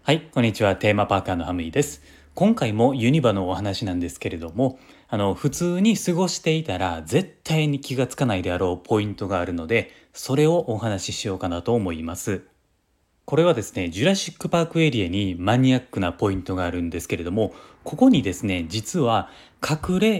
はい、こんにちは。テーマパーカーのハムイです。今回もユニバのお話なんですけれども、普通に過ごしていたら絶対に気がつかないであろうポイントがあるので、それをお話ししようかなと思います。これはですね、ジュラシックパークエリアにマニアックなポイントがあるんですけれども、ここにですね、実は隠れ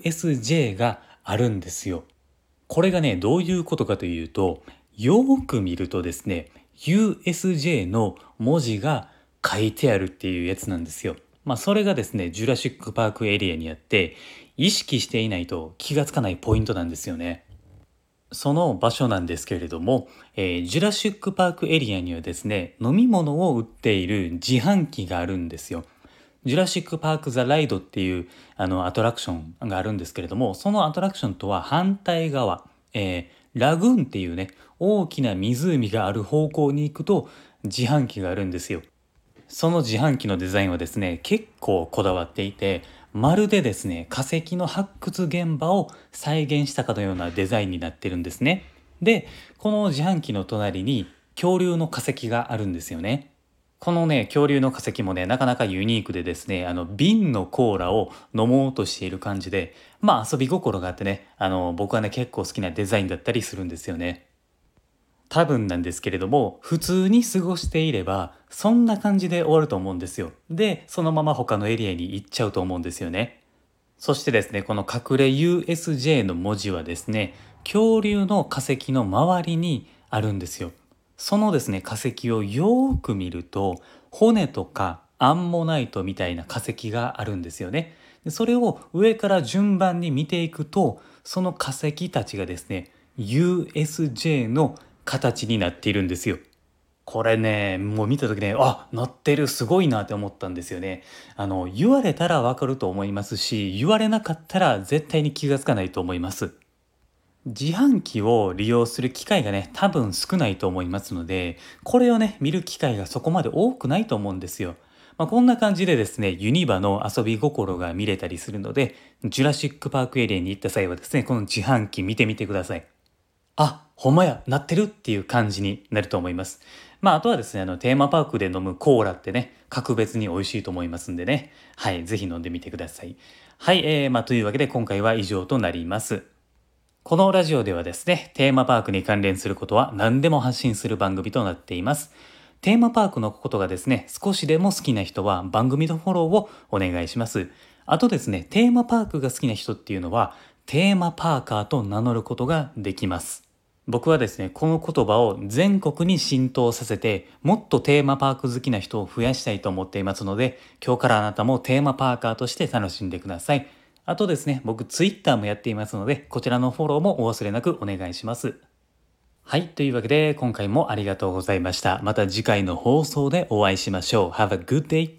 USJ があるんですよ。これがね、どういうことかというと、よーく見るとですね、USJ の文字が書いてあるっていうやつなんですよ。それがですね、ジュラシックパークエリアにあって、意識していないと気がつかないポイントなんですよね。その場所なんですけれども、ジュラシックパークエリアにはですね、飲み物を売っている自販機があるんですよ。ジュラシックパークザライドっていうアトラクションがあるんですけれども、そのアトラクションとは反対側、ラグーンっていうね、大きな湖がある方向に行くと自販機があるんですよ。その自販機のデザインはですね、結構こだわっていて、まるでですね、化石の発掘現場を再現したかのようなデザインになってるんですね。で、この自販機の隣に恐竜の化石があるんですよね。このね、恐竜の化石もね、なかなかユニークでですね、瓶のコーラを飲もうとしている感じで、遊び心があってね、僕はね、結構好きなデザインだったりするんですよね。多分なんですけれども、普通に過ごしていれば、そんな感じで終わると思うんですよ。で、そのまま他のエリアに行っちゃうと思うんですよね。そしてですね、この隠れ USJ の文字はですね、恐竜の化石の周りにあるんですよ。そのですね、化石をよーく見ると、骨とかアンモナイトみたいな化石があるんですよね。でそれを上から順番に見ていくと、その化石たちがですね、USJ の形になっているんですよ。これね、もう見た時ね、あ、なってる、すごいなって思ったんですよね。言われたらわかると思いますし、言われなかったら絶対に気がつかないと思います。自販機を利用する機会がね、多分少ないと思いますので、これをね、見る機会がそこまで多くないと思うんですよ。こんな感じでですね、ユニバの遊び心が見れたりするので、ジュラシックパークエリアに行った際はですね、この自販機見てみてください。あ、ほんまや、なってるっていう感じになると思います。あとはですね、テーマパークで飲むコーラってね、格別に美味しいと思いますんでね。はい、ぜひ飲んでみてください。はい、というわけで今回は以上となります。このラジオではですね、テーマパークに関連することは何でも発信する番組となっています。テーマパークのことがですね、少しでも好きな人は番組のフォローをお願いします。あとですね、テーマパークが好きな人っていうのは、テーマパーカーと名乗ることができます。僕はですね、この言葉を全国に浸透させて、もっとテーマパーク好きな人を増やしたいと思っていますので、今日からあなたもテーマパーカーとして楽しんでください。あとですね、僕ツイッターもやっていますので、こちらのフォローもお忘れなくお願いします。はい、というわけで今回もありがとうございました。また次回の放送でお会いしましょう。Have a good day!